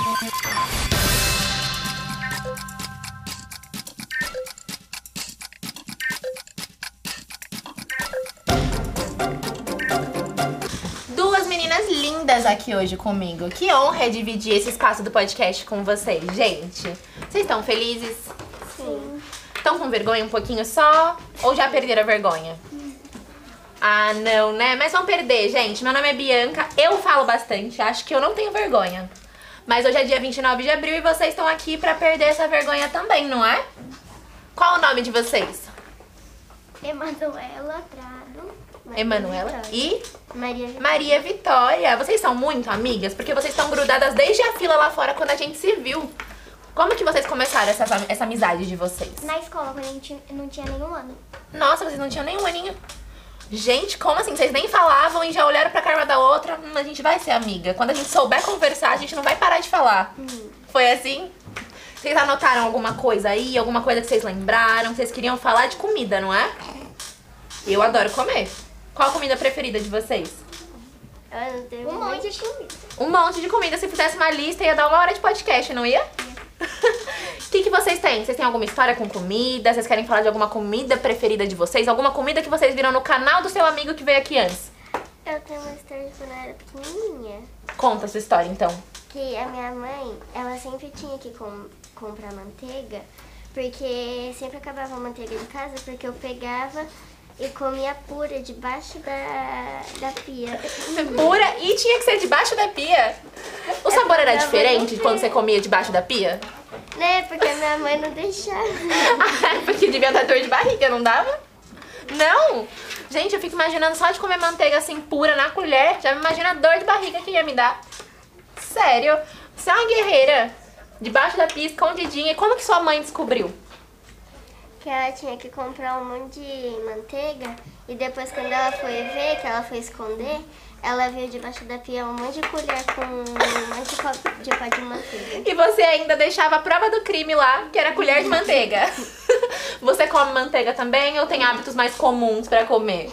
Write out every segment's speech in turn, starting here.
Duas meninas lindas aqui hoje comigo. Que honra é dividir esse espaço do podcast com vocês, gente. Vocês estão felizes? Sim. Estão com vergonha um pouquinho só? Ou já perderam a vergonha? Ah, não, né? Mas vão perder, gente. Meu nome é Bianca, eu falo bastante, acho que eu não tenho vergonha. Mas hoje é dia 29 de abril e vocês estão aqui pra perder essa vergonha também, não é? Qual o nome de vocês? Emanuela Prado. Emanuela e Maria Vitória. Maria Vitória. Vocês são muito amigas? Porque vocês estão grudadas desde a fila lá fora quando a gente se viu. Como que vocês começaram essa amizade de vocês? Na escola, quando a gente não tinha nenhum ano. Nossa, vocês não tinham nenhum aninho. Gente, como assim? Vocês nem falavam e já olharam pra cara uma da outra? A gente vai ser amiga. Quando a gente souber conversar, a gente não vai parar de falar. Foi assim? Vocês anotaram alguma coisa aí? Alguma coisa que vocês lembraram? Vocês queriam falar de comida, não é? Eu adoro comer. Qual a comida preferida de vocês? Um monte de comida. Um monte de comida. Se fizesse uma lista, ia dar 1 hora de podcast, não ia? O que vocês têm? Vocês têm alguma história com comida? Vocês querem falar de alguma comida preferida de vocês? Alguma comida que vocês viram no canal do seu amigo que veio aqui antes? Eu tenho uma história de quando eu era pequenininha. Conta a sua história, então. Que a minha mãe, ela sempre tinha que comprar manteiga, porque sempre acabava a manteiga de casa, porque eu pegava e comia pura debaixo da pia. Pura e tinha que ser debaixo da pia? O sabor era diferente de quando você comia debaixo da pia? Né, porque a minha mãe não deixava. Porque devia dar dor de barriga, não dava? Não! Gente, eu fico imaginando só de comer manteiga assim pura na colher, já me imagina a dor de barriga que ia me dar. Sério? Você é uma guerreira. Debaixo da pia, escondidinha. E como que sua mãe descobriu? Que ela tinha que comprar um monte de manteiga e depois quando ela foi ver, que ela foi esconder, ela viu debaixo da pia um monte de colher com um monte de pó de manteiga. E você ainda deixava a prova do crime lá, que era a colher de manteiga. Você come manteiga também ou tem hábitos mais comuns pra comer?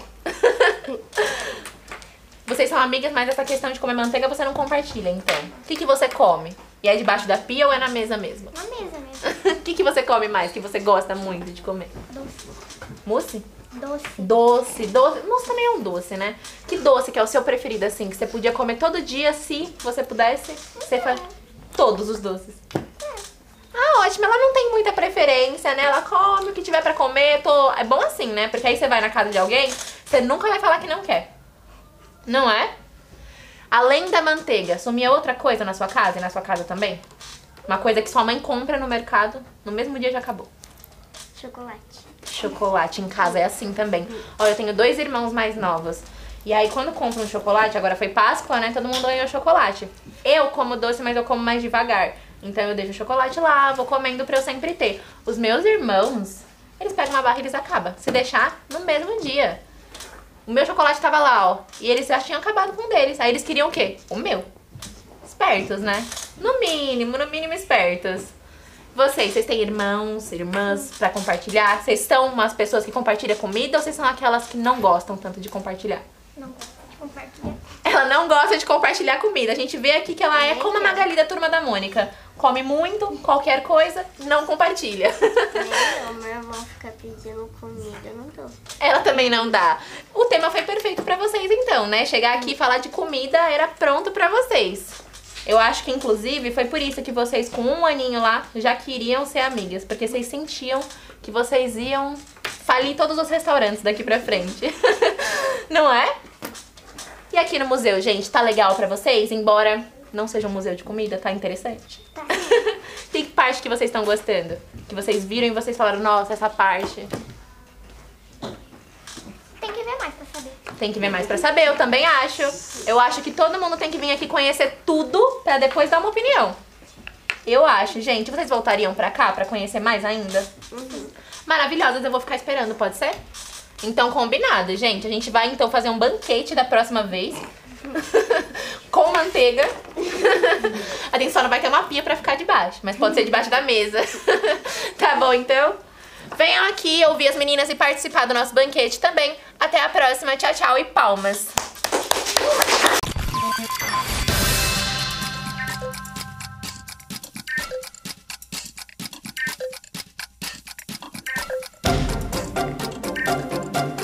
Vocês são amigas, mas essa questão de comer manteiga você não compartilha, então. O que você come? E é debaixo da pia ou é na mesa mesmo? Na mesa mesmo. O que você come mais, que você gosta muito de comer? Doce. Mousse? Doce. Doce. Mousse também é um doce, né? Que doce que é o seu preferido, assim, que você podia comer todo dia se você pudesse? Você faz todos os doces. Ah, ótimo. Ela não tem muita preferência, né? Ela come o que tiver pra comer. É bom assim, né? Porque aí você vai na casa de alguém, você nunca vai falar que não quer. Não é? Além da manteiga, sumia outra coisa na sua casa e na sua casa também? Uma coisa que sua mãe compra no mercado, no mesmo dia já acabou. Chocolate. Chocolate em casa é assim também. Olha, eu tenho 2 irmãos mais novos. E aí quando compram um chocolate, agora foi Páscoa, né? Todo mundo ganhou chocolate. Eu como doce, mas eu como mais devagar. Então eu deixo o chocolate lá, vou comendo pra eu sempre ter. Os meus irmãos, eles pegam uma barra e eles acabam. Se deixar, no mesmo dia. O meu chocolate tava lá, ó. E eles já tinham acabado com um deles. Aí eles queriam o quê? O meu. Espertos, né? No mínimo espertos. Vocês têm irmãos, irmãs pra compartilhar? Vocês são umas pessoas que compartilham comida ou vocês são aquelas que não gostam tanto de compartilhar? Não gosto de compartilhar. Ela não gosta de compartilhar comida. A gente vê aqui que ela é como a Magali da Turma da Mônica. Come muito, qualquer coisa, não compartilha. Não, meu irmão fica pedindo comida, eu não dou. Ela também não dá. O tema foi perfeito pra vocês então, né? Chegar aqui e falar de comida era pronto pra vocês. Eu acho que inclusive foi por isso que vocês com 1 aninho lá já queriam ser amigas. Porque vocês sentiam que vocês iam falir todos os restaurantes daqui pra frente. Não é? E aqui no museu, gente, tá legal pra vocês? Embora não seja um museu de comida, tá interessante? Tá. Que parte que vocês estão gostando? Que vocês viram e vocês falaram, nossa, essa parte... Tem que ver mais pra saber. Tem que ver mais pra saber, eu também acho. Eu acho que todo mundo tem que vir aqui conhecer tudo pra depois dar uma opinião. Eu acho, gente. Vocês voltariam pra cá pra conhecer mais ainda? Maravilhosas, eu vou ficar esperando, pode ser? Então, combinado, gente. A gente vai, então, fazer um banquete da próxima vez. Com manteiga. A gente só não vai ter uma pia pra ficar debaixo, mas pode ser debaixo da mesa. Tá bom, então? Venham aqui ouvir as meninas e participar do nosso banquete também. Até a próxima. Tchau, tchau e palmas.